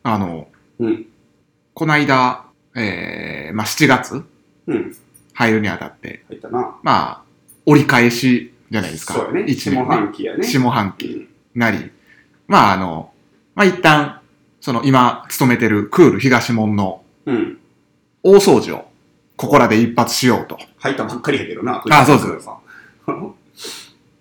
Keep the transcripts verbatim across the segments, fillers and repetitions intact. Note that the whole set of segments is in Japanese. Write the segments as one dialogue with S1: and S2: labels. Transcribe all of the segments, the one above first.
S1: あの、
S2: うん、
S1: こないだ、えー、まあしちがつ、
S2: うん、
S1: 入るにあたって、
S2: 入ったな。
S1: まあ、折り返しじゃないですか。
S2: そうやね。
S1: 一年、ね、
S2: 下半期やね。
S1: 下半期なり、うん、まああの、まあ一旦、その今勤めてるクール東門の大掃除をここらで一発しようと。
S2: 入ったばっかりやけどな。
S1: あ、そうそう。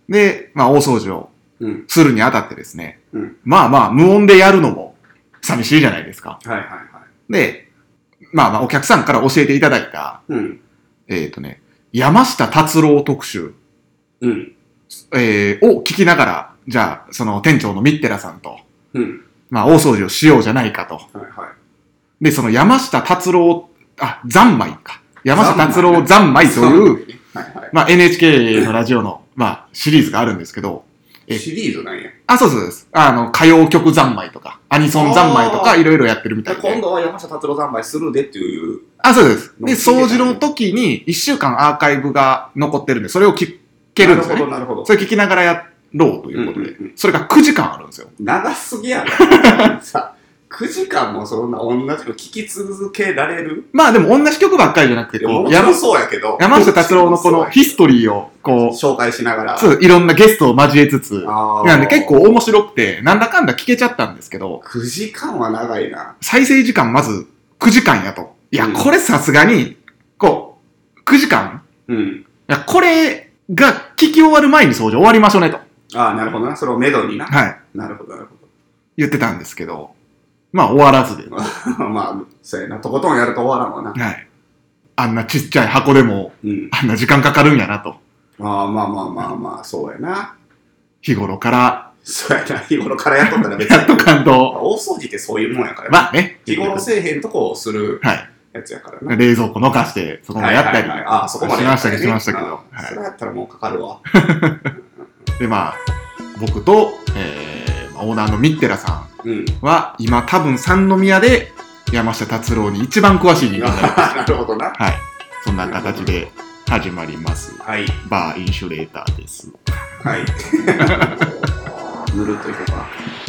S1: で、まあ大掃除をするにあたってですね、うん、まあまあ無音でやるのも寂しいじゃないですか。
S2: はいはいはい。
S1: で、まあまあお客さんから教えていただいた、うん、えっとね、山下達郎特集、うん、えー、を聞きながら、じゃあその店長のミッテラさんと、うん、まあ大掃除をしようじゃないかと。はいはい、で、その山下達郎、あ、三昧か。山下達郎三昧という、はいはい、まあ エヌエイチケー のラジオの、まあシリーズがあるんですけど、
S2: えシリーズなんや。
S1: あ、そうそうです。あの、歌謡曲三昧とか、アニソン三昧とか、いろいろやってるみたいで。
S2: 今度は山下達郎三昧するでっていう。
S1: あ、そうです。で、掃除の時にいっしゅうかんアーカイブが残ってるんで、それを聞けるんですよね。なるほど、なるほど。それ聞きながらやろうということで、うんうんうん、それがくじかんあるんですよ。
S2: 長すぎやろ。さくじかんもそんな同じの聞き続けられる？
S1: まあでも同じ曲ばっかりじゃなくて、
S2: こう、山そうやけど。
S1: 山下達郎のこのヒストリーをこう、
S2: 紹介しながら。
S1: そう、いろんなゲストを交えつつ、なんで結構面白くて、なんだかんだ聞けちゃったんですけど。
S2: くじかんは長いな。
S1: 再生時間まずくじかんやと。いや、うん、これさすがに、こう、くじかん？うん。いや、これが聞き終わる前に掃除終わりましょうねと。
S2: ああ、なるほどな。それをめどにな。
S1: はい。
S2: なるほど、なるほど。
S1: 言ってたんですけど。まあ終わらずで。
S2: まあ、そうやな。とことんやると終わらんわな。
S1: はい。あんなちっちゃい箱でも、うん、あんな時間かかるんやなと。
S2: ああ、まあまあまあまあ、そうやな。
S1: 日頃から。
S2: そうやな。日頃からやっとったら別に。
S1: やっと感動。
S2: 大掃除ってそういうもんやから、
S1: ね。まあね。
S2: 日頃せえへんとこをするやつやからな。
S1: はい、冷蔵庫のかして、そこまでやったり。はいはいはい、
S2: ああ、そこまで
S1: しましたけど、しましたけど。
S2: はい、それやったらもうかかるわ。
S1: で、まあ、僕と、えー、オーナーのミッテラさん。うん、は今多分三宮で山下達郎に一番詳しい人間になります。
S2: なるほどな。
S1: はい。そんな形で始まります。
S2: はい。
S1: バーインシュレーターです。
S2: はい。ぬるっといこうかな。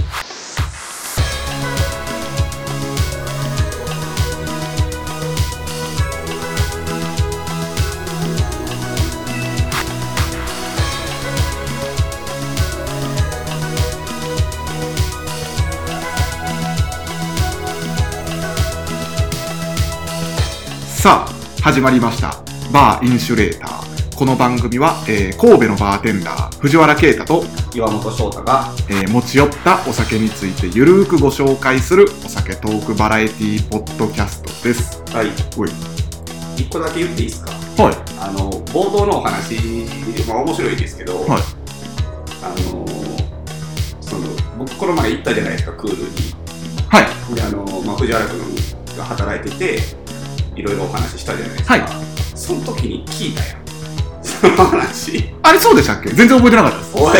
S1: さあ始まりましたバーインシュレーター。この番組は、えー、神戸のバーテンダー藤原啓太と
S2: 岩本翔太が、
S1: えー、持ち寄ったお酒についてゆるーくご紹介するお酒トークバラエティーポッドキャストです。
S2: はい。
S1: おい。
S2: 一個だけ言っていいですか？
S1: はい。
S2: あの冒頭のお話、まあ面白いですけど、はい。あのその僕この前行ったじゃないですか、クールに。
S1: はい。
S2: であのまあ藤原君が働いてて。いろいろお話ししたじゃないですか。はい。その時に聞いたよ。その話。
S1: あれそうでしたっけ？全然覚えてなかったです。
S2: お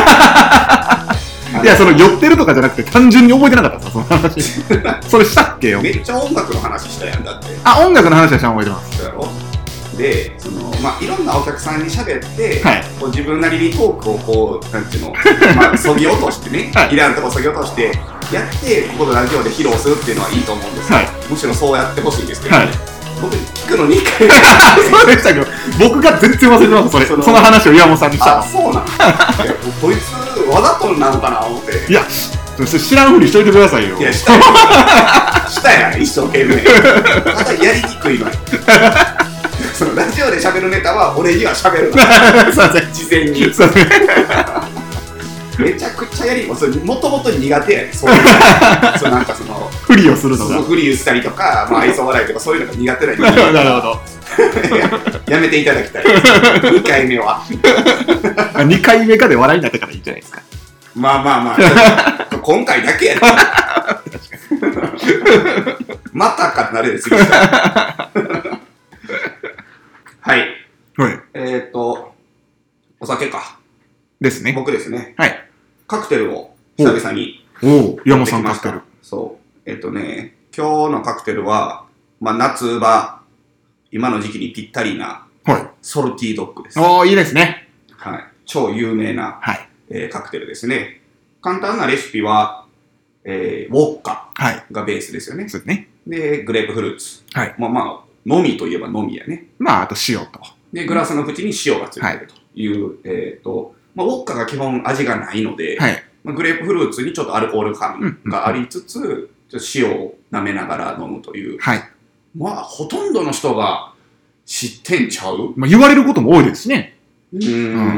S1: いいや、その寄ってるとかじゃなくて単純に覚えてなかったです、その話。それしたっけよ。
S2: めっちゃ音楽の話したやんだって。
S1: あ、音楽の話はした覚えてます。
S2: そうやろ？で、その、まあ、いろんなお客さんに喋って、はい、こう自分なりにトークをこう、なんていうの、まあ、そぎ落としてね、はい、いらんとこそぎ落として、やって、ここのラジオで披露するっていうのはいいと思うんですよ。はい、むしろそうやってほしいんですけど、ね、はい、僕、聞くのにかい
S1: そうでしたけど、僕が全然忘れてます、それ。その、その話を岩本さんにしたの。
S2: あ、そうなんいや、こいつ、わざとなのかな、思って。
S1: いや、知らんふりしといてくださいよ。
S2: いや、したやん。したやん、一生懸命。ただやりにくいのよ。そのラジオで喋るネタは俺には喋るの。事前に。めちゃくちゃやり、もともと苦手やねん。そういうそのなんかその
S1: フリをするのが。
S2: フリをしたりとか、まあ愛想笑いとかそういうのが苦手な人間。
S1: なるほど。
S2: や, やめていただきたい。にかいめは。
S1: にかいめかで笑いになったからいいんじゃないですか。
S2: まあまあまあ。今回だけやね。またかってなれる次したら。はい。
S1: はい。
S2: えっと、お酒か。
S1: ですね。
S2: 僕ですね。
S1: はい。
S2: カクテルを久々に。
S1: おお、山本さんカクテル。
S2: そう。えっとね、今日のカクテルは、まあ夏場、今の時期にぴったりな、
S1: はい。
S2: ソルティードッグです。
S1: おー、いいですね。
S2: はい。超有名な、
S1: はい。
S2: えー、カクテルですね。簡単なレシピは、 えー、ウォッカがベースですよね。はい、
S1: そうですね。
S2: で、グレープフルーツ。
S1: はい。
S2: まあまあ、飲みといえば飲みやね。
S1: まあ、あと塩と。
S2: で、グラスの縁に塩がついてるという、はい、えっ、ー、と、まあ、ウォッカが基本味がないので、はい、まあ、グレープフルーツにちょっとアルコール感がありつつ、うんうんうん、ちょっと塩を舐めながら飲むという。はい。まあ、ほとんどの人が知ってんちゃう？
S1: まあ、言われることも多いですしね。うん、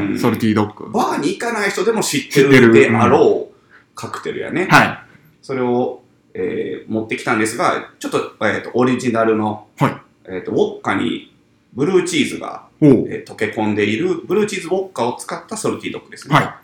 S1: うん。ソルティードッグ。
S2: バーに行かない人でも知ってるであろうカクテルやね。はい。それを、えー、持ってきたんですが、ちょっと、えーと、オリジナルの、はい。えーと、ウォッカにブルーチーズが、えー、溶け込んでいるブルーチーズウォッカを使ったソルティードッグですね。はい。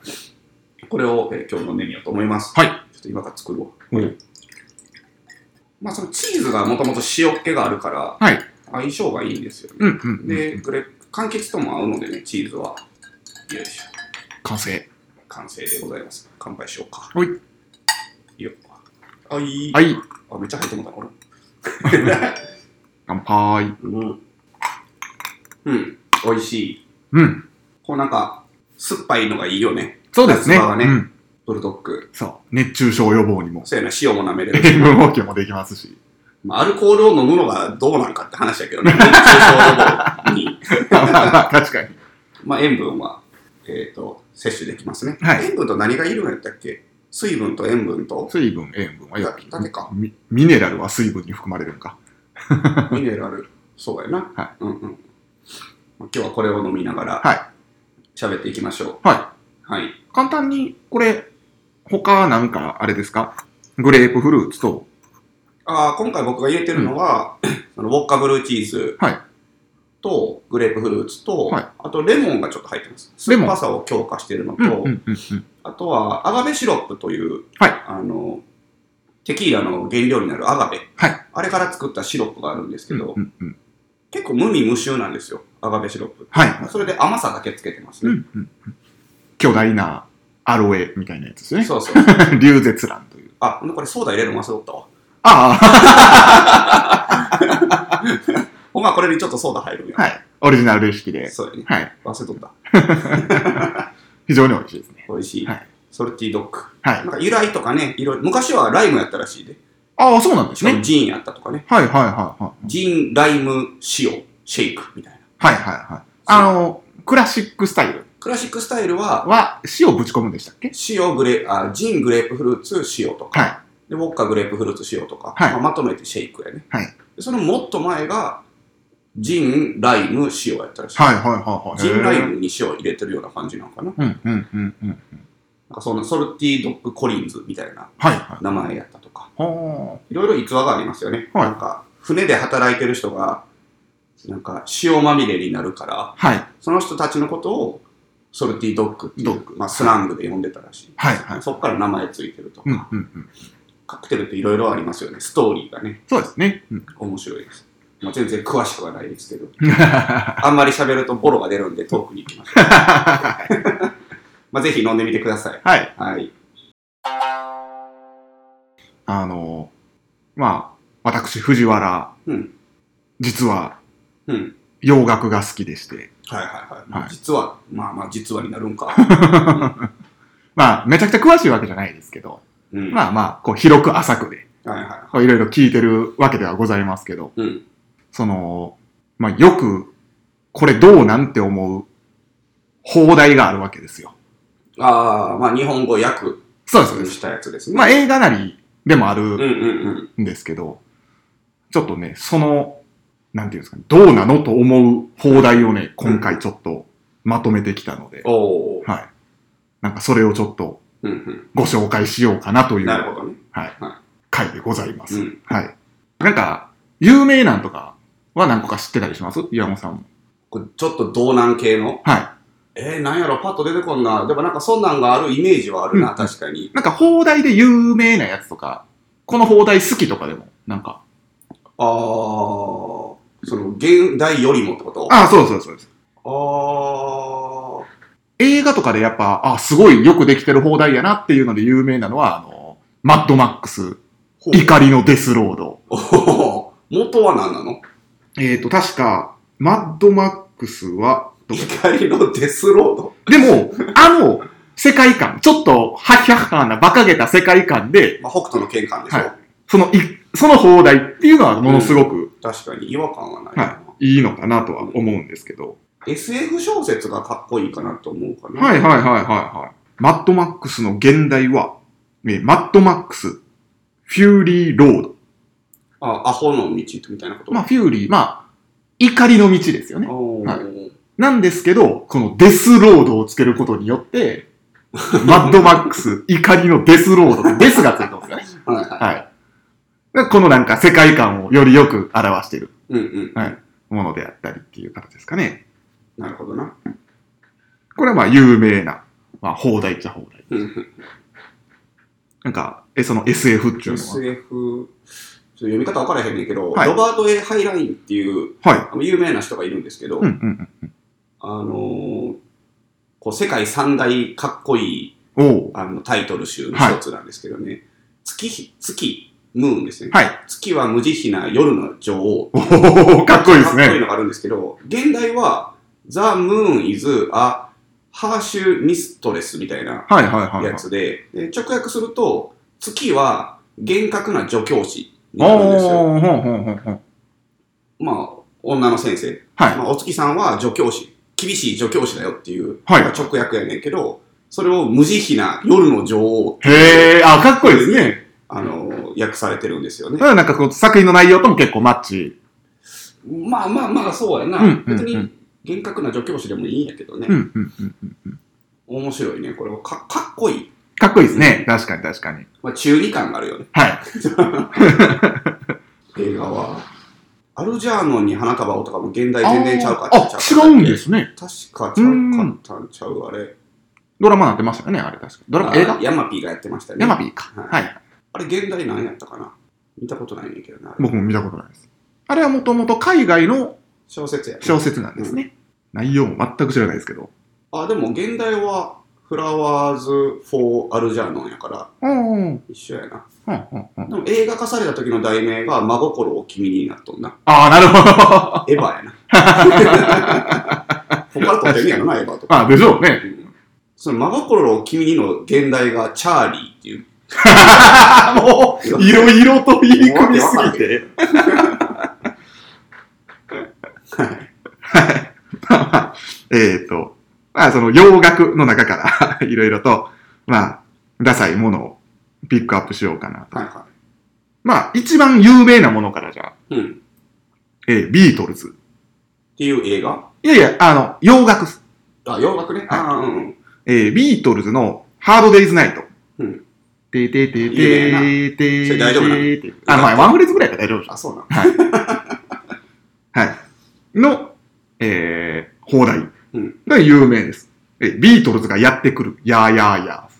S2: これを、えー、今日飲んでみようと思います。はい。ちょっと今から作るわ。うん。まあ、そのチーズがもともと塩気があるから、はい。相性がいいんですよね。うんうんうんうん、で、これ、柑橘とも合うのでね、チーズは。よいしょ。
S1: 完成。
S2: 完成でございます。乾杯しようか。
S1: はい。い
S2: いよ。はい。
S1: はい。
S2: あ、めっちゃ入ってもたな、俺。
S1: 乾杯。
S2: うん。うん。美味しい。
S1: うん。
S2: こうなんか、酸っぱいのがいいよね。
S1: そうですね。
S2: 夏場はね。うん、ブルドッグ。
S1: そう。熱中症予防にも。
S2: そうやな、塩も舐めれる。
S1: 塩分補給もできますし。
S2: まあ、アルコールを飲むのがどうなんかって話だけどね。熱中症予防に。
S1: まあまあ、確かに。
S2: まあ、塩分は、えっ、ー、と、摂取できますね。はい。塩分と何がいるんやったっけ？水分と塩分と
S1: 水分、塩分は
S2: だけか
S1: ミ。ミネラルは水分に含まれるんか。
S2: ミネラル、そうやな。はい。うんうん。今日はこれを飲みながら、
S1: はい。
S2: 喋っていきましょ
S1: う。はい。
S2: はい。
S1: 簡単に、これ、他なんか、あれですか？グレープフルーツと、
S2: ああ、今回僕が入れてるのは、うん、ウォッカブルーチーズ。はい。と、グレープフルーツと、はい、あとレモンがちょっと入ってます。酸っぱさを強化しているのと、うんうんうんうん、あとはアガベシロップという、はい、あの、テキーラの原料になるアガベ、はい、あれから作ったシロップがあるんですけど、うんうんうん、結構無味無臭なんですよ、アガベシロップ。はい、それで甘さだけつけてますね。うんうんうん、
S1: 巨大なアロエみたいなやつですね。
S2: そうそうそう。
S1: 龍舌蘭という。
S2: あ、これソーダ入れるの忘れとったわ。
S1: あ
S2: あ。ほんまこれにちょっとソーダ入るんや。
S1: はい。オリジナルレシピで。
S2: そうやね。
S1: はい。
S2: 忘れとった。
S1: 非常に美味しいですね。
S2: 美味しい。
S1: はい。
S2: ソルティードッグ。
S1: はい。
S2: なんか由来とかね、いろいろ、昔はライムやったらしいで。
S1: ああ、そうなんですね。
S2: ジンやったとかね。
S1: はいはいはいはい。
S2: ジン、ライム、塩、シェイクみたいな。
S1: はいはいはい。あの、クラシックスタイル。
S2: クラシックスタイルは、
S1: は、塩ぶち込むんでしたっけ？
S2: 塩、グレあ、ジン、グレープフルーツ、塩とか。はい。で、ウォッカ、グレープフルーツ、塩とか。はい。まあ、まとめてシェイクやね。はい。そのもっと前が、ジン、ライム、塩やったらしい。
S1: はいはいはいはい。
S2: ジン、ライムに塩入れてるような感じなのかな。
S1: うんうんうんうん。なん
S2: かそのソルティードッグコリンズみたいな名前やったとか。はい。いろいろ逸話がありますよね。はい。なんか、船で働いてる人が、なんか塩まみれになるから、はい。その人たちのことを、ソルティードッグっていう、まあ、スラングで呼んでたらしい。はいはい。そこから名前ついてるとか。うんうんうん。カクテルっていろいろありますよね。ストーリーがね。
S1: そうですね。
S2: うん、面白いです。まあ、全然詳しくはないですけど。あんまり喋るとボロが出るんでトークに行きましょう。まあ、ぜひ飲んでみてください。
S1: はい。
S2: はい。
S1: あの、まあ、私、藤原、うん、実は、うん、洋楽が好きでして。
S2: はいはいはい。まあ、実は、まあまあ、実はになるんか。
S1: まあ、めちゃくちゃ詳しいわけじゃないですけど、うん、まあまあ、こう、広く浅くで、はいはい。いろいろ聞いてるわけではございますけど、うん、その、まあ、よく、これどうなんて思う、放題があるわけですよ。
S2: ああ、まあ、日本語訳したやつですね。
S1: まあ、映画なりでもあるんですけど、うんうんうん、ちょっとね、その、なんていうんですかね、どうなのと思う放題をね、今回ちょっとまとめてきたので、うん、はい。なんかそれをちょっとご紹介しようかなという、
S2: なるほどね。
S1: はい。はい、回でございます、うん。はい。なんか、有名なんとかは何個か知ってたりします？岩本さんも。
S2: これちょっと道南系の？
S1: はい。
S2: えー、なんやろ、パッと出てこんな。でもなんかそんなんがあるイメージはあるな、うん、確かに。
S1: なんか放題で有名なやつとか、この放題好きとかでも、なんか。
S2: あー。その、現代よりもってこと？
S1: ああ、そうそうそうです。
S2: ああ。
S1: 映画とかでやっぱ、あ、すごいよくできてる放題やなっていうので有名なのは、あの、マッドマックス、怒りのデスロード。
S2: 元は何なの？
S1: えっと、確か、マッドマックスは、
S2: 怒りのデスロード？
S1: でも、あの、 世界観、ちょっとハッヒャッハーな馬鹿げた世界観で、
S2: まあ、北斗の剣観でしょ、はい、
S1: そのい、その放題っていうのはものすごく、うん、
S2: 確かに違和感はない、
S1: はい、いいのかなとは思うんですけど、
S2: うん、エスエフ 小説がかっこいいかなと思うかな。
S1: はいはいはいはいはい。マッドマックスの現代は、えマッドマックス、フューリーロード。
S2: あ、アホの道みたいなこと。
S1: まあ、フューリー、まあ、怒りの道ですよね。はい、なんですけど、このデスロードをつけることによって、マッドマックス、怒りのデスロード、デスがついてますよね。はいはい。はい。このなんか世界観をよりよく表している、うんうんはい、ものであったりっていう形ですかね。
S2: なるほどな。
S1: これはまあ有名な、まあ放題っちゃ放題。なんか、え、その エスエフ っていうのは
S2: エスエフ、読み方分からへんねんけど、はい、ロバート・エイ・ハイラインっていう、はい、有名な人がいるんですけど、うんうんうん、あのー、こう世界三大かっこいいあのタイトル集の一つなんですけどね、はい、月、月、ムーンですね、はい、月は無慈悲な夜の女王。
S1: おかっこいいですね。
S2: かっこいいのがあるんですけど、現代は The Moon is a Harsh Mistress みたいなやつで、で直訳すると、月は厳格な助教師になるんですよ。まあ、女の先生。はい、まあ、お月さんは助教師。厳しい助教師だよっていう、はい、直訳やねんけど、それを無慈悲な夜の女王。
S1: へー、あ、かっこいいですね。
S2: あの、訳されてるんですよね。
S1: なんかこう、作品の内容とも結構マッチ。
S2: まあまあまあ、そうやな。うんうんうん、別に厳格な助教師でもいいんやけどね。うんうんうんうん、面白いね。これはかかっこいい。
S1: かっこいいですね。確かに確かに。
S2: まあ、中二感があるよね。
S1: はい。
S2: 映画は、アルジャーノンに花束をとかも現代全然ちゃうかっ
S1: ちゃう。あ、違うんですね。
S2: 確かちゃうかったんちゃう、あれ。
S1: ドラマなってましたよね、あれ確か。ドラマ、映画
S2: ヤマピーがやってましたね。
S1: ヤマピーか。はい。はい、
S2: あれ、現代何やったかな見たことないねんけどな。
S1: 僕も見たことないです。あれはもともと海外の
S2: 小説や、ね。
S1: 小説なんですね。うん、内容も全く知らないですけど。
S2: あ、でも現代は、フラワーズ・フォー・アルジャーノンやから、うん、一緒やな、うんうんうん。でも映画化された時の題名が真心を君になっとんな。
S1: ああ、なるほど。
S2: エヴァやな。他から撮ってんねやろな、エヴァとか。
S1: ああ、でしょうね。うん、
S2: その真心を君にの現代がチャーリーっていう。
S1: もう、いろいろと言い組みすぎて。はい。はい。えっと。まあ、その洋楽の中からいろいろと、まあ、ダサいものをピックアップしようかなと。はいはい、まあ、一番有名なものからじゃあ、うん、えー、ビートルズ。
S2: っていう映画？
S1: いやいや、あの、洋楽。
S2: あ、洋楽ね。あ、うんうん。
S1: えー、ビートルズのハードデイズナイト。うん。てててててて
S2: それ大丈夫なの？
S1: あ、まあ、ワンフレーズぐらいから大丈夫です。
S2: あ、そうなの？
S1: はい。はい。の、えー、放題。うん、が有名です。え、ビートルズがやってくる。やーやーや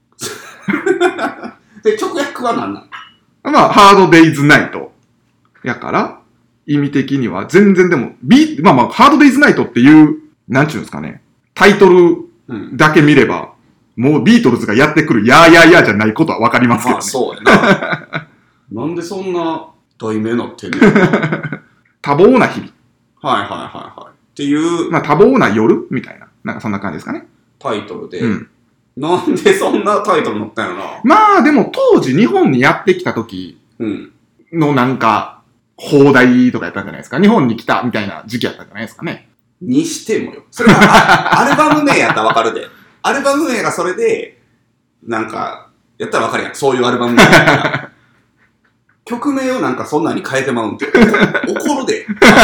S2: ー。で、直訳は何なの？
S1: まあ、ハードデイズナイト。やから、意味的には全然でも、ビまあまあ、ハードデイズナイトっていう、なんちゅうんですかね。タイトルだけ見れば、うん、もうビートルズがやってくる。やーやーやーじゃないことはわかりますけどね。まあ、
S2: そうやな。なんでそんな題名なってんの？
S1: 多忙な日々。
S2: はいはいはいはい。っていう。
S1: まあ、多忙な夜みたいな。なんかそんな感じですかね。
S2: タイトルで。うん。なんでそんなタイトル載ったんやろな。
S1: まあ、でも当時日本にやってきた時のなんか、放題とかやったんじゃないですか。日本に来たみたいな時期やったんじゃないですかね。
S2: にしてもよ。それはアルバム名やったらわかるで。アルバム名がそれで、なんか、やったらわかるやん。そういうアルバム名やったら。曲名をなんかそんなに変えてまうんって。怒るで。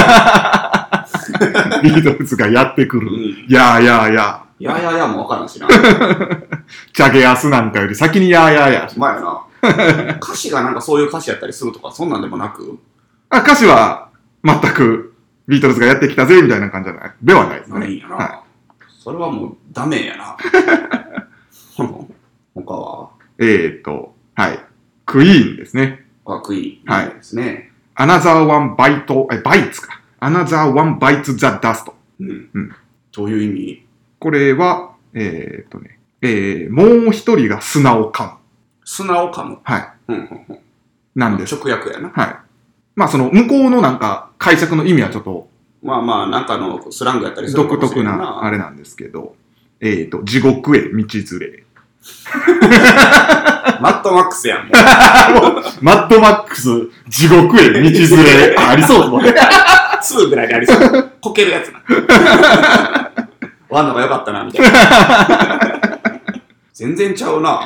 S1: ビートルズがやってくる。うん、やーやーや
S2: ー。やーやーやーもわからんしな。
S1: チャゲアスなんかより先にやーやーやー。
S2: まあやな。歌詞がなんかそういう歌詞やったりするとか、そんなんでもなく
S1: あ、歌詞は全くビートルズがやってきたぜみたいな感じじゃないではないですね。
S2: ないんやな、はい。それはもうダメやな。他は
S1: えーと、はい。クイーンですね。
S2: あ、クイーン。はい。ですね。
S1: Another One Bite、え、バイツか。Another One Bites the Dust。うん。うん。
S2: どういう意味？
S1: これは、えーとね、えー、もう一人が砂を噛む。
S2: 砂を噛む？
S1: はい。うんうんうん。なんです。
S2: 直訳やな。
S1: はい。まあその向こうのなんか解釈の意味はちょっと。
S2: まあまあなんかのスラングやったりするかもしれないな。
S1: 独特なあれなんですけど、 えっと、地獄へ道連れ。
S2: マッドマックスやん。もう
S1: マッドマックス、地獄へ道連れ。ありそうですもんね。
S2: にぐらいでありそう。こけるやつな。ワンのが良かったな、みたいな。全然ちゃうな。
S1: はい。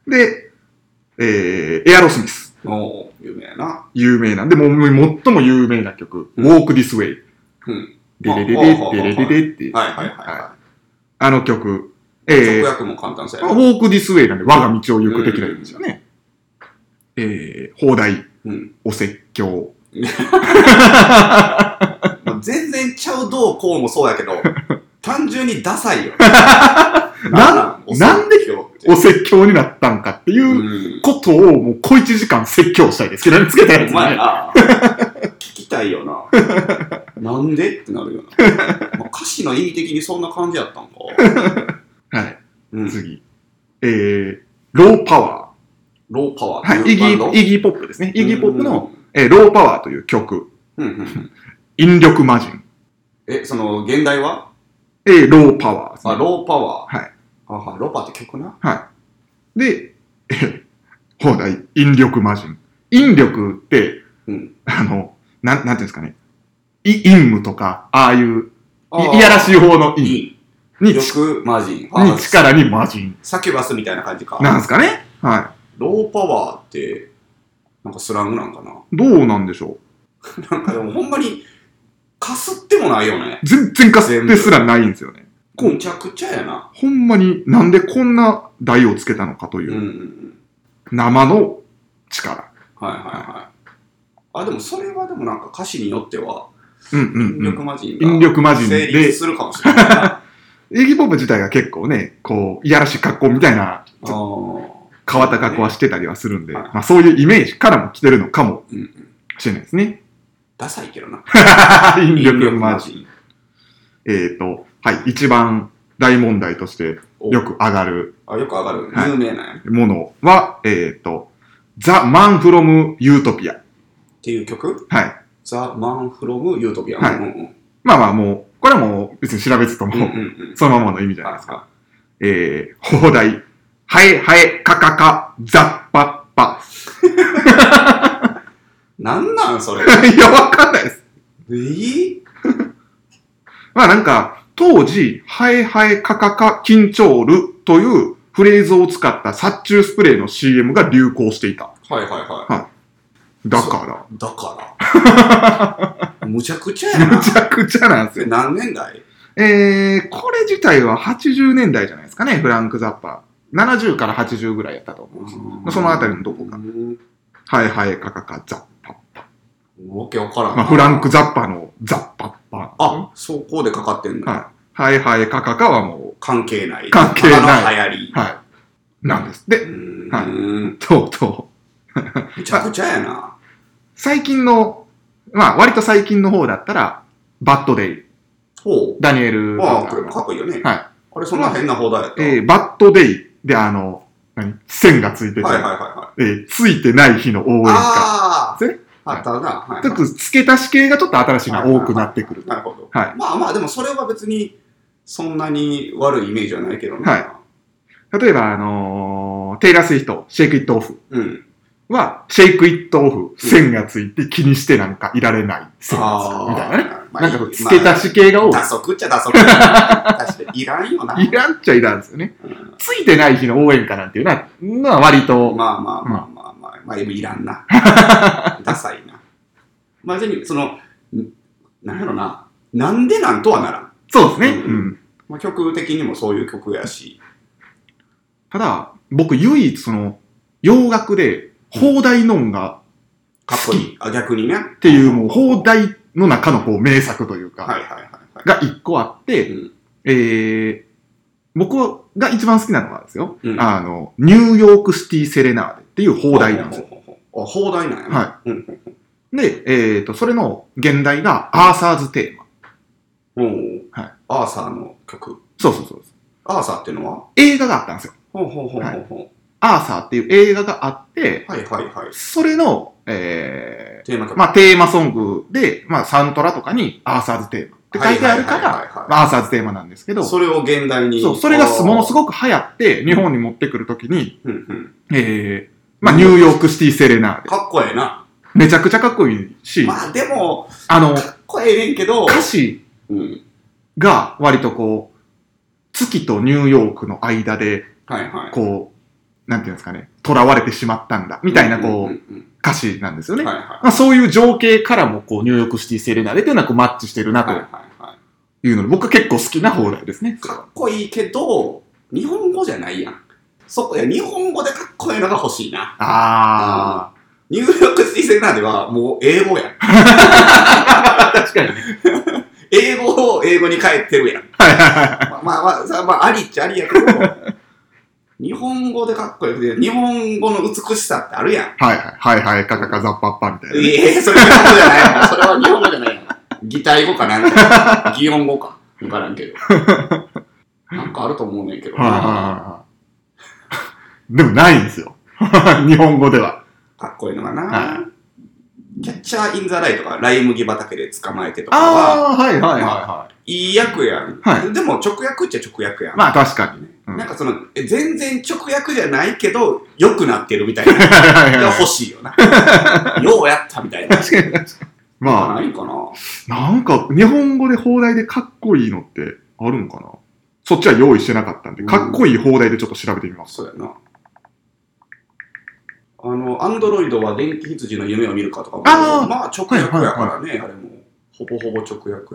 S1: で、えー、エアロスミス。
S2: おー、有名やな。
S1: 有名なんで、もう最も有名な曲、うん、Walk This Way。うん。デレレレ、デレレレっていう。
S2: はいはいはい、はい。
S1: あの曲。
S2: えー、直訳も簡単そうやな。
S1: Walk This Way なんで、我が道を行く的な意味ですよね。うん、えー、放題、うん、お説教。
S2: 全然ちゃうどうこうもそうやけど、単純にダサいよ。
S1: な、なんでお説教になったんかっていうことをもう小一時間説教したいですけどね、つけたやつね。
S2: お前な。聞きたいよな。なんでってなるよな。まあ、歌詞の意味的にそんな感じやったんか。
S1: はい。うん、次。えー、ローパワー。
S2: ローパワー
S1: はい。イギー、イギーポップですね。イギーポップの、えー、ローパワーという曲。うんうんうん、引力魔人。
S2: え、その、現代は
S1: えー、ローパワーですね。
S2: あ、ローパワ
S1: ー。はい。
S2: あは、ローパーって曲な。
S1: はい。で、えー、放題、引力魔人。引力って、うん、あの、なん、なんていうんですかね。い、陰夢とか、ああいう、い, いやらしい方の陰。
S2: に、力魔人。
S1: に力に魔人。
S2: サキュバスみたいな感じか。
S1: なんですかね。はい。
S2: ローパワーって、なんかスラングなんかな。
S1: どうなんでしょ
S2: う。なんかでもほんまに、かすってもないよね。
S1: 全然かすってすらないんですよね。
S2: むちゃくちゃやな。
S1: ほんまになんでこんな題をつけたのかという。うんうんうん、生の力。
S2: はいはいはい。あ、でもそれはでもなんか歌詞によっては、
S1: うんうんうん、
S2: 引力魔人
S1: が。引力魔人で。
S2: 成立するかもしれないな。
S1: イギーポップ自体が結構ね、こう、いやらしい格好みたいな、変わった格好はしてたりはするんで、ね、まあそういうイメージからも来てるのかもしれないですね。うんうん、
S2: ダサいけどな。
S1: 引力魔人。えっと、はい、一番大問題としてよく上がる。
S2: あ、よく上がる。有名な、
S1: はい、ものは、えっと、The Man from Utopia。
S2: っていう曲？
S1: はい。
S2: The Man from Utopia。
S1: はい。うんうん、まあまあもう、これはもう別に調べずとも、うんうんうん、そのままの意味じゃないですか。はいはい、えー、放題。はえはえかかかザッパッパ。
S2: なんなんそれ。
S1: いや、わかんないです。
S2: えー、
S1: まあなんか、当時、ハエハエカカカ緊張るというフレーズを使った殺虫スプレーの シーエム が流行していた。
S2: はいはいはい。はい、
S1: だから。
S2: だから。むちゃくちゃやな。
S1: むちゃくちゃなんですよ。
S2: 何年代？
S1: えー、これ自体ははちじゅうねんだいじゃないですかね、フランク・ザッパー。ななじゅうからはちじゅうぐらいやったと思うんです。そのあたりのどこか。ハエハエカカカザッパッパ。
S2: わけわからん。
S1: まあ、フランク・ザッパーのザッパッパ。
S2: あ、そこでかかってんだ。
S1: はい。ハエハエカカカはもう。
S2: 関係ない。
S1: 関係ない。
S2: 流行り。
S1: はい。なんですって。はい。とうと
S2: う。めちゃくちゃやな。
S1: 最近の、まあ割と最近の方だったら、バッドデイ。
S2: ほう。
S1: ダニエル。
S2: ああ、かっこいいよね。
S1: はい。
S2: あれ、そんな変な放題やった。
S1: えー、バッドデイであの、何線がついてて。
S2: はいはいはいはい。
S1: えー、ついてない日の応援歌。
S2: ああ。ね。あったな。はい。
S1: ちょっと付け足し系がちょっと新しいのが多くなってくる。
S2: なるほど。
S1: はい。
S2: まあまあ、でもそれは別に、そんなに悪いイメージはないけどね。はい。
S1: 例えば、あのー、テイラー・スウィフト、シェイク・イット・オフ。うん。は、シェイク・イット・オフ、線がついて気にしてなんかいられない線がつくみたいなね。まあ、なんか付け足し系が多い。
S2: 打足っちゃ打足。確かにいらんよな。
S1: いらんっちゃいらんですよね。うん、ついてない日の応援歌なんていうのは、まあ割と。
S2: まあまあまあまあまあ、まあでもいらんな。ダサいな。まあ別に、その、なんやろな、なんでなんとはならん。
S1: そうですね。うん。うん、
S2: まあ、曲的にもそういう曲やし。
S1: ただ、僕唯一その、洋楽で、邦題のんが
S2: かっこいい。あ、逆にね。
S1: っていう、もう、邦題の中のこう名作というか、
S2: はいはいはい、はい。
S1: が一個あって、うん、えー、僕が一番好きなのはですよ、うん、あの、ニューヨークシティセレナーデっていう邦題なんですよ。
S2: あ、邦題なんや、ね。
S1: はい。うん、で、えっと、それの現代がアーサーズテーマ。
S2: おはい。アーサーの曲。
S1: そうそうそうです。
S2: アーサーっていうのは
S1: 映画があったんですよ。
S2: ほうほうほうほうほう。はい
S1: アーサーっていう映画があって、
S2: はいはいはい。
S1: それの、えー、
S2: テーマ曲。
S1: まあテーマソングで、まあサントラとかにアーサーズテーマ。 って書いてあるから、アーサーズテーマなんですけど、
S2: それを現代に。
S1: そう、それがものすごく流行って、日本に持ってくるときに、うんうん、えー、まあ、ニューヨークシティセレナーデ。
S2: かっこええな。
S1: めちゃくちゃかっこいいし、
S2: まあでも、
S1: あの、
S2: かっこええねんけど、
S1: 歌詞が割とこう、月とニューヨークの間で、はいはい、こう、なんていうんですかね、囚われてしまったんだ、みたいなこう、うんうんうん、歌詞なんですよね。はいはい、まあ、そういう情景からもこう、ニューヨークシティセレナーデっていうのはこうマッチしてるなというので、僕は結構好きな放題ですね。
S2: かっこいいけど、日本語じゃないやん。そこで日本語でかっこいいのが欲しいな。ああ、うん。ニューヨークシティセレナーデはもう英語やん。
S1: 確かに。
S2: 英語を英語に変えてるやん。まあまあ、まあ、まあ、ありっちゃありやけど、日本語でかっこよくて、日本語の美しさってあるやん。
S1: はいはいはいはい、カカカザッパッパみたいな、ね。
S2: ええー、それ日本語じゃないの。それは日本語じゃないの。擬態語かなんか、擬音語か。わからんけど。なんかあると思うねんけどな。はいはいはい。
S1: でもないんですよ。日本語では。
S2: かっこいいのかな。はい、キャッチャー・イン・ザ・ライとか、ライ麦畑で捕まえてとかは、
S1: あはいはいはいはい。
S2: いい役やん、はい。でも直訳っちゃ直訳やん。
S1: まあ確かにね。
S2: うん、なんかその、全然直訳じゃないけど、良くなってるみたいな。が欲しいよな。ようやったみたいな。
S1: 確かに確かに。まあ、
S2: ないかな。
S1: なんか、日本語で放題でかっこいいのってあるんかな。そっちは用意してなかったんで、かっこいい放題でちょっと調べてみます。
S2: そうやな。あの、アンドロイドは電気羊の夢を見るかとかも、あまあ直訳やからね、はいはいはい、あれも。ほぼほぼ直訳やから。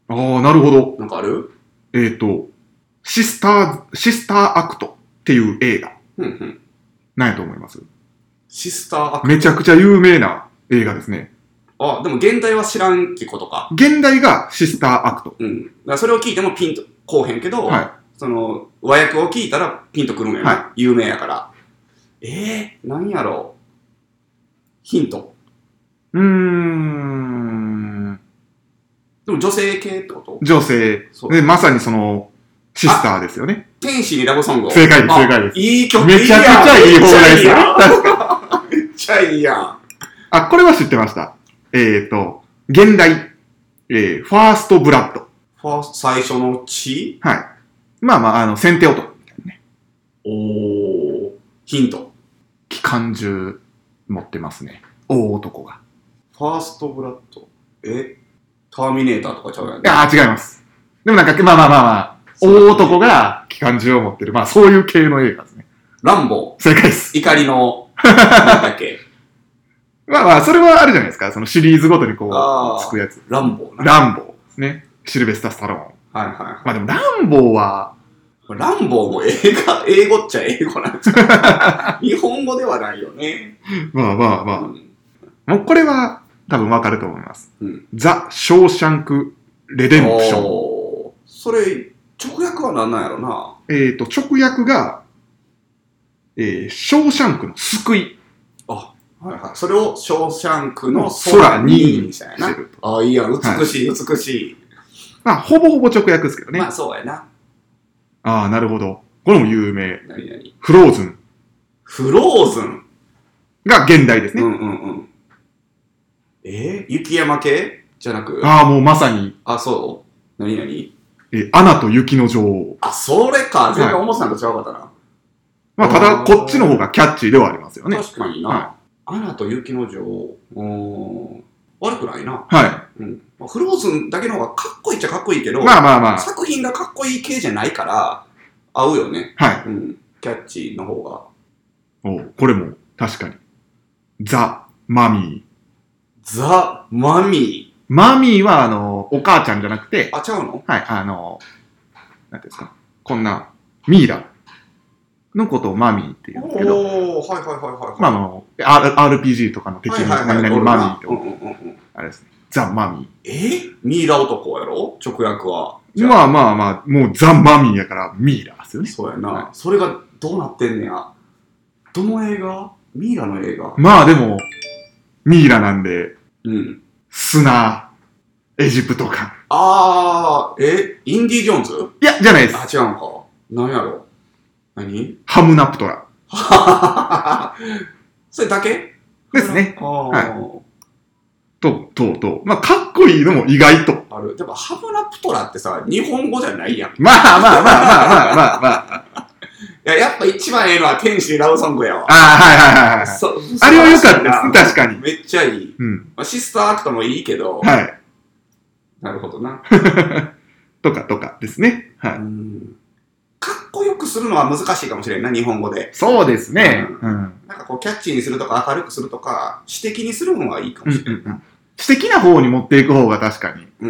S1: ああ、なるほど。
S2: なんかある？
S1: えっ、ー、と、シスター、シスターアクトっていう映画。うんうん。何やと思います？
S2: シスターアクト。
S1: めちゃくちゃ有名な映画ですね。
S2: あ、でも現代は知らんってことか。
S1: 現代がシスターアクト。
S2: うん。だからそれを聞いてもピンとこうへんけど、はい、その、和訳を聞いたらピンとくるんやな、はい。有名やから。ええー、何やろう。ヒント。うーん。でも女性系ってこと？
S1: 女性。で、まさにその、シスターですよね。
S2: 天使にラブソングを。
S1: 正解です、正解です。
S2: いい曲。
S1: めちゃくちゃいい方ですよね。
S2: めっちゃいいやん。
S1: あ、これは知ってました。えっ、ー、と、現代、えー、ファーストブラッド。
S2: ファースト、最初の血？
S1: はい。まあまあ、あの、先手男みたいなね。
S2: おー、ヒント。
S1: 機関銃持ってますね。大男が。
S2: ファーストブラッド。えターミネーターとかちゃうやん、ね。
S1: いや、違います。でもなんか、まあまあまあまあ、大男が機関銃を持ってる。まあ、そういう系の映画ですね。
S2: ランボー。
S1: 正解です。
S2: 怒りの、なんだっけ。
S1: まあまあ、それはあるじゃないですか。そのシリーズごとにこう、つくやつ。
S2: ランボーな。
S1: ランボーですね。シルベスタ・スタローン。
S2: はいはい、はい。
S1: まあでも、ランボーは、
S2: ランボーも映画、英語っちゃ英語なんですか日本語ではないよね。
S1: まあまあまあ。うん、もうこれは多分わかると思います。うん、ザ・ショーシャンク・レデンプション。
S2: それ、直訳は何なんやろな。
S1: えっと、直訳が、えー、ショーシャンクの救い。
S2: あ、はいはい。それをショーシャンクの空ににしたんやな。あ、いいや、美しい、はい、美しい。
S1: まあ、ほぼほぼ直訳ですけどね。
S2: まあ、そうやな。
S1: ああ、なるほど。これも有名。
S2: 何何
S1: フローズン。
S2: フローズン
S1: が現代ですね。
S2: うんうんうん。えー、雪山系じゃなく。
S1: ああ、もうまさに。
S2: あ、そう何何
S1: え、アナと雪の女王。
S2: あ、それか。全然重さんと違うかったな。
S1: まあ、ただ、こっちの方がキャッチーではありますよね。
S2: 確かにな。はい、アナと雪の女王。うーん。悪くないな。
S1: はい。
S2: うん。まあ、フローズンだけの方がかっこいいっちゃかっこいいけど、
S1: まあまあまあ。
S2: 作品がかっこいい系じゃないから、合うよね。
S1: はい。
S2: うん。キャッチーの方が。
S1: おこれも、確かに。ザ・マミー。
S2: ザ・マミ
S1: ー。マミーは、あの、お母ちゃんじゃなくて、
S2: あ、ちゃうの？
S1: はい、あの、なんていうんですか。こんな、ミイラのことをマミーって言うんですけど、
S2: おー、はいはいはいはい、はい。
S1: まあ、あの、アールピージー とかの敵の何々マミーって、あれですね。ザ・マミー。
S2: えミイラ男やろ直訳は。
S1: まあまあまあ、もうザ・マミーやからミイラですよね。
S2: そうやな。はい、それがどうなってんねや。どの映画？ミイラの映画？
S1: まあでも、ミイラなんで、
S2: うん。
S1: 砂、エジプトか。
S2: あー、えインディ・ジョーンズ？
S1: いや、じゃないです。
S2: あ、違うのか。何やろ何？
S1: ハムナプトラ。
S2: それだけ
S1: ですね。はい。と、と、と。まあ、かっこいいのも意外と。
S2: かる。でも、ハムナプトラってさ、日本語じゃないやん。
S1: まあまあまあまあまあまあまあ。
S2: いや、やっぱ一番ええのは天使にラブソングやわ。
S1: ああ、はいはいはい。そあれは良かったです。確かに。
S2: めっちゃいい。うん。まあ、シスターアクトもいいけど。はい。なるほどな。
S1: とかとかですね。はい。
S2: かっこよくするのは難しいかもしれんな、日本語で。
S1: そうですね。
S2: うん。なんかこう、キャッチーにするとか明るくするとか、詩的にするのはいいかもしれんな。
S1: 詩的な方に持っていく方が確かに。
S2: うん。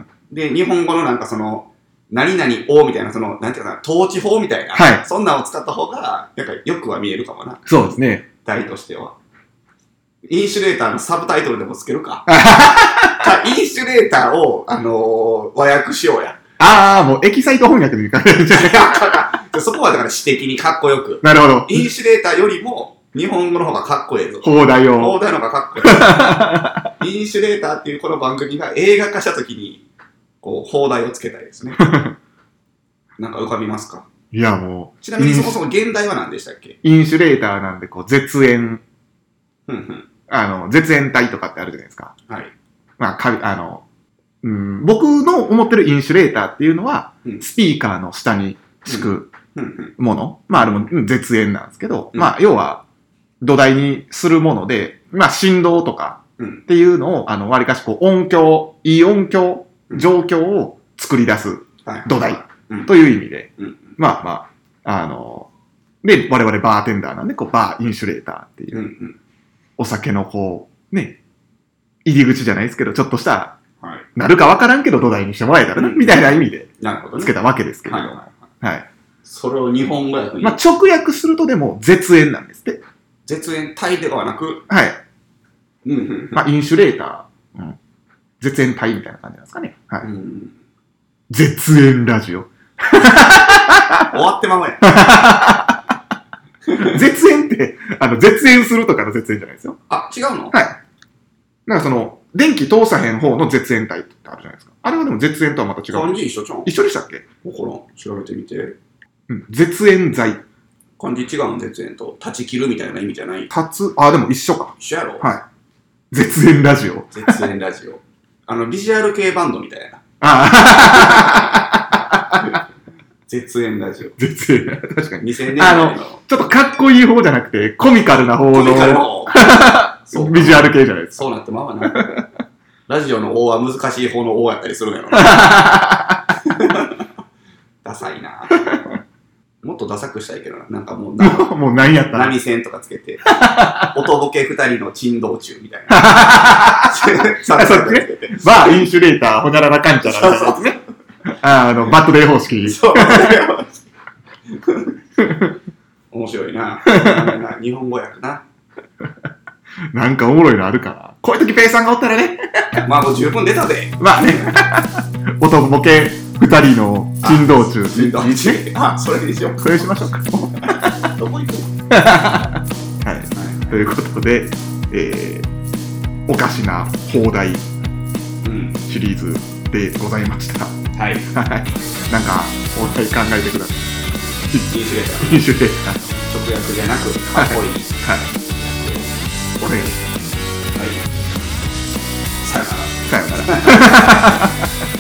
S2: で、日本語のなんかその、何々王みたいな、その、なんていうかな、統治法みたいな、はい、そんなのを使った方が、なんかよくは見えるかもな。
S1: そうですね。
S2: 題としては。インシュレーターのサブタイトルでもつけるか。インシュレーターを、あのー、和訳しようや。
S1: ああ、もうエキサイト翻訳で書かれるんじゃない
S2: か。そこはだから詩的にかっこよく。
S1: なるほど。
S2: インシュレーターよりも、日本語の方がかっこええぞ。
S1: 放題を。
S2: 放題の方がかっこええ。インシュレーターっていうこの番組が映画化したときに、こう、放題をつけたいですね。なんか浮かびますか？
S1: いやも
S2: う。ちなみにそもそも現代は何でしたっけ？
S1: インシュレーターなんで、こう、絶縁。あの、絶縁体とかってあるじゃないですか。はい。まあ、かあの、うん、僕の思ってるインシュレーターっていうのは、うん、スピーカーの下に敷くもの。まあ、あれも絶縁なんですけど、うん、まあ、要は、土台にするもので、まあ、振動とかっていうのを、あの、わりかしこう、音響、いい音響、状況を作り出す土台という意味で、うん、まあまあ、あの、で、我々バーテンダーなんで、こう、バーインシュレーターっていう、うんうん、お酒のこう、ね、入り口じゃないですけど、ちょっとした、はい、なるかわからんけど土台にしてもらえたらな、みたいな意味で、つけたわけですけれど。はいはいはい。はい。
S2: それを日本語訳に。
S1: まあ、直訳するとでも、絶縁なんですって。
S2: 絶縁体ではなく、
S1: はい。うんうん。まあ、インシュレーター、うん。絶縁体みたいな感じなんですかね。はい。うん、絶縁ラジオ。
S2: 終わってまうや
S1: ん。絶縁って、あの、絶縁するとかの絶縁じゃないですよ。
S2: あ、違うの？
S1: はい。なんかその、電気通さへん方の絶縁体ってあるじゃないですか。あれはでも絶縁とはまた違う。
S2: 漢字一緒じゃん。
S1: 一緒でしたっけ？
S2: わからん。調べてみて。
S1: うん。絶縁剤。
S2: 漢字違うの、絶縁と。断ち切るみたいな意味じゃない。
S1: 断つ、あ、でも一緒か。
S2: 一緒やろ？
S1: はい。絶縁ラジオ。
S2: 絶縁ラジオ。あの、ビジュアル系バンドみたいな。ああ。絶縁ラジオ。
S1: 絶縁。確かに。
S2: にせんねんだいの。
S1: あの、ちょっとかっこいい方じゃなくて、コミカルな方の。コミカルの。ビジュアル系じゃないですか。
S2: そうなってまうわな。ラジオの O は難しい方の O やったりするのよ。ダサいな。もっとダサくしたいけどな。なんかもうな、
S1: もう何やった
S2: 何線とかつけて、音ボケ二人の珍道中みたいな。
S1: そっちね。バーインシュレーター、ほにゃららかんちゃらみたいなやつね。あの、バッドデー方式。そう。
S2: 面白いな。日本語訳な。
S1: なんかおもろいのあるかな。こういう時ペイさんがおったらね。
S2: まあもう十分出たで。
S1: まあね。音ボケ二人の珍道中。
S2: 珍道中。あ、それにしよう。
S1: それしましょうか。
S2: どこ行くの？
S1: はい。ということで、えー、おかしな放題シリーズでございました。
S2: はい。
S1: なんか、お題考えてください。
S2: インシュレーター。
S1: インシュレーター。
S2: 直訳じゃなく、かっこいい。はい。
S1: お願いします。
S2: はい。さよなら。
S1: さよなら。